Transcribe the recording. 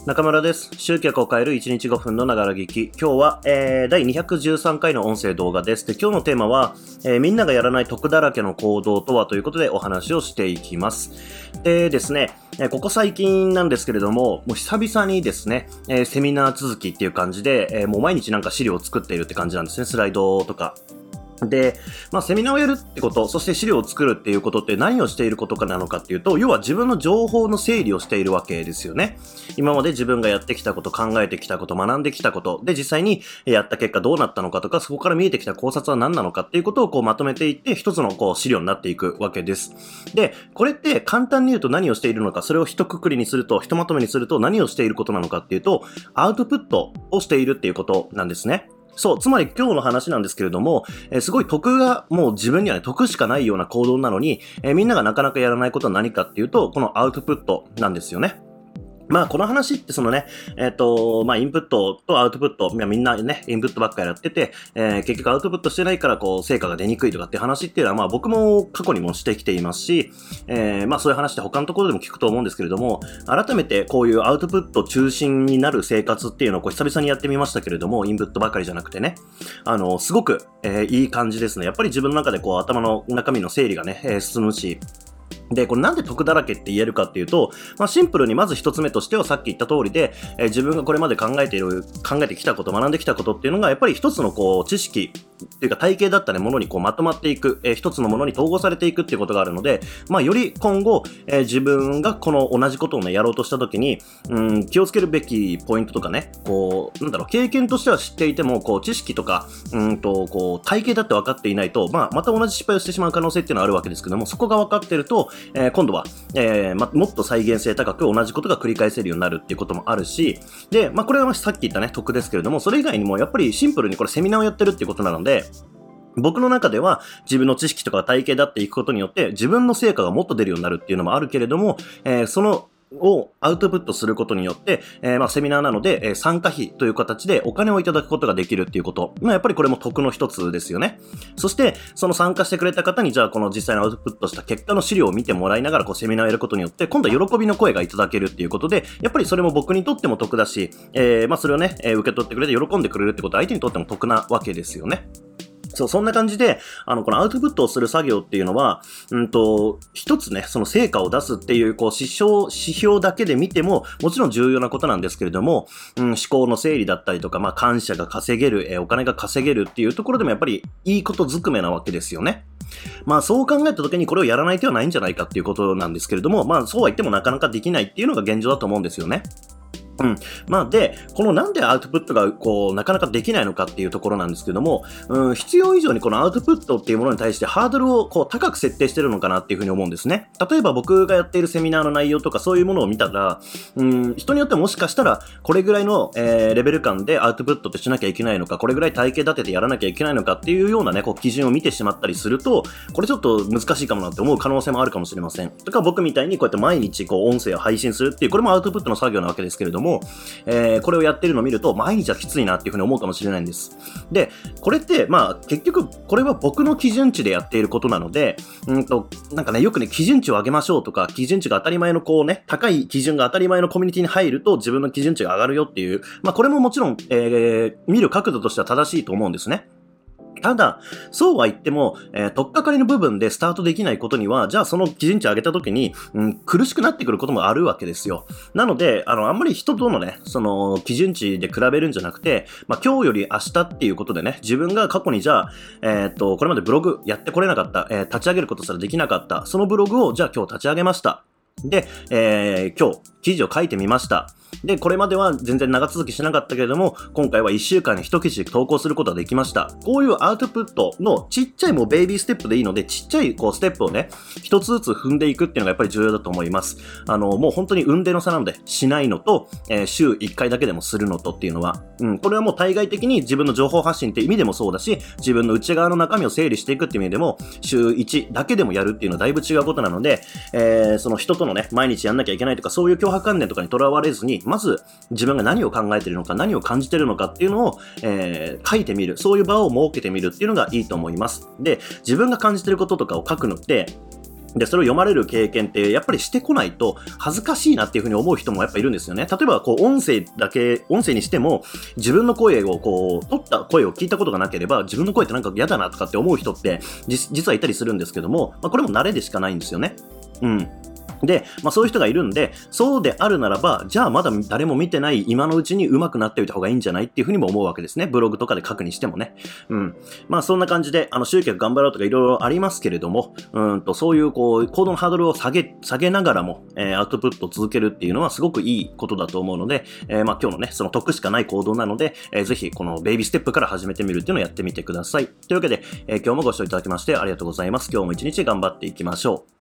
中村です。集客を変える1日5分のながら聞き。今日は、第213回の音声動画です。で、今日のテーマは、みんながやらない得だらけの行動とはということでお話をしていきます。でですね、ここ最近なんですけれども、もう久々にですね、セミナー続きっていう感じで、もう毎日なんか資料を作っているって感じなんですね。スライドとか。で、セミナーをやるってこと、そして資料を作るっていうことって何をしていることかなのかっていうと、要は自分の情報の整理をしているわけですよね。今まで自分がやってきたこと、考えてきたこと、学んできたこと、で、実際にやった結果どうなったのかとか、そこから見えてきた考察は何なのかっていうことをこうまとめていって、一つのこう資料になっていくわけです。で、これって簡単に言うと何をしているのか、それを一括りにすると、一まとめにすると何をしていることなのかっていうと、アウトプットをしているっていうことなんですね。そう、つまり今日の話なんですけれども、すごい得がもう自分にはね、得しかないような行動なのに、みんながなかなかやらないことは何かっていうと、このアウトプットなんですよね。この話ってそのね、インプットとアウトプット、みんなね、インプットばっかりやってて、結局アウトプットしてないからこう、成果が出にくいとかって話っていうのは僕も過去にもしてきていますし、そういう話って他のところでも聞くと思うんですけれども、改めてこういうアウトプット中心になる生活っていうのをこう久々にやってみましたけれども、インプットばかりじゃなくてね、すごく、いい感じですね。やっぱり自分の中でこう、頭の中身の整理がね、進むし、で、これなんで得だらけって言えるかっていうと、シンプルにまず一つ目としてはさっき言った通りで、自分がこれまで考えてきたこと、学んできたことっていうのが、やっぱり一つのこう、知識っていうか体系だったね、ものにこうまとまっていく、一つのものに統合されていくっていうことがあるので、より今後、自分がこの同じことをね、やろうとした時に、気をつけるべきポイントとかね、こう、経験としては知っていても、こう、知識とか、こう、体系だって分かっていないと、また同じ失敗をしてしまう可能性っていうのはあるわけですけども、そこが分かってると、今度は、もっと再現性高く同じことが繰り返せるようになるっていうこともあるし、で、これはさっき言ったね、得ですけれども、それ以外にもやっぱりシンプルにこれセミナーをやってるっていうことなので、僕の中では自分の知識とか体系だっていくことによって自分の成果がもっと出るようになるっていうのもあるけれども、そのをアウトプットすることによって、セミナーなので、参加費という形でお金をいただくことができるっていうこと。やっぱりこれも得の一つですよね。そして、その参加してくれた方に、じゃあこの実際のアウトプットした結果の資料を見てもらいながら、こうセミナーをやることによって、今度は喜びの声がいただけるっていうことで、やっぱりそれも僕にとっても得だし、それをね、受け取ってくれて喜んでくれるってことは相手にとっても得なわけですよね。そう、そんな感じで、このアウトプットをする作業っていうのは、一つね、その成果を出すっていう、こう、指標だけで見ても、もちろん重要なことなんですけれども、思考の整理だったりとか、感謝が稼げる、お金が稼げるっていうところでもやっぱり、いいことずくめなわけですよね。そう考えた時にこれをやらない手はないんじゃないかっていうことなんですけれども、そうは言ってもなかなかできないっていうのが現状だと思うんですよね。で、このなんでアウトプットがこうなかなかできないのかっていうところなんですけども、必要以上にこのアウトプットっていうものに対してハードルをこう高く設定してるのかなっていうふうに思うんですね。例えば僕がやっているセミナーの内容とかそういうものを見たら、人によってもしかしたらこれぐらいの、レベル感でアウトプットってしなきゃいけないのか、これぐらい体系立ててやらなきゃいけないのかっていうようなね、こう基準を見てしまったりすると、これちょっと難しいかもなって思う可能性もあるかもしれません。とか僕みたいにこうやって毎日こう音声を配信するっていう、これもアウトプットの作業なわけですけれども、これをやってるのを見ると毎日はきついなっていうふうに思うかもしれないんです。で、これって結局これは僕の基準値でやっていることなので、よくね基準値を上げましょうとか、基準値が当たり前のこうね高い基準が当たり前のコミュニティに入ると自分の基準値が上がるよっていう、これももちろん、見る角度としては正しいと思うんですね。ただ、そうは言っても、取っかかりの部分でスタートできないことには、じゃあその基準値上げた時に、苦しくなってくることもあるわけですよ。なので、あんまり人とのね、その基準値で比べるんじゃなくて、今日より明日っていうことでね、自分が過去にじゃあ、これまでブログやってこれなかった、立ち上げることすらできなかった、そのブログをじゃあ今日立ち上げました。で、今日記事を書いてみました。で、これまでは全然長続きしなかったけれども、今回は1週間に1記事投稿することができました。こういうアウトプットのちっちゃいもうベイビーステップでいいので、ちっちゃいこうステップをね、一つずつ踏んでいくっていうのがやっぱり重要だと思います。もう本当に運命の差なので、しないのと、週1回だけでもするのとっていうのは、これはもう対外的に自分の情報発信って意味でもそうだし、自分の内側の中身を整理していくっていう意味でも、週1だけでもやるっていうのはだいぶ違うことなので、その人とのね、毎日やんなきゃいけないとか、そういう強迫観念とかにとらわれずに、まず自分が何を考えているのか、何を感じているのかっていうのを、書いてみる。そういう場を設けてみるっていうのがいいと思います。で、自分が感じていることとかを書くのって、 で、それを読まれる経験って、やっぱりしてこないと恥ずかしいなっていうふうに思う人もやっぱいるんですよね。例えば、音声にしても、自分の声を取った声を聞いたことがなければ、自分の声ってなんか嫌だなとかって思う人って、実はいたりするんですけども、これも慣れでしかないんですよね。うん。で、そういう人がいるんで、そうであるならば、じゃあまだ誰も見てない今のうちに上手くなっておいた方がいいんじゃないっていうふうにも思うわけですね。ブログとかで書くにしてもね。うん。そんな感じで、集客頑張ろうとかいろいろありますけれども、そういう行動のハードルを下げながらも、アウトプットを続けるっていうのはすごくいいことだと思うので、今日のね、その得しかない行動なので、ぜひこのベイビーステップから始めてみるっていうのをやってみてください。というわけで、今日もご視聴いただきましてありがとうございます。今日も一日頑張っていきましょう。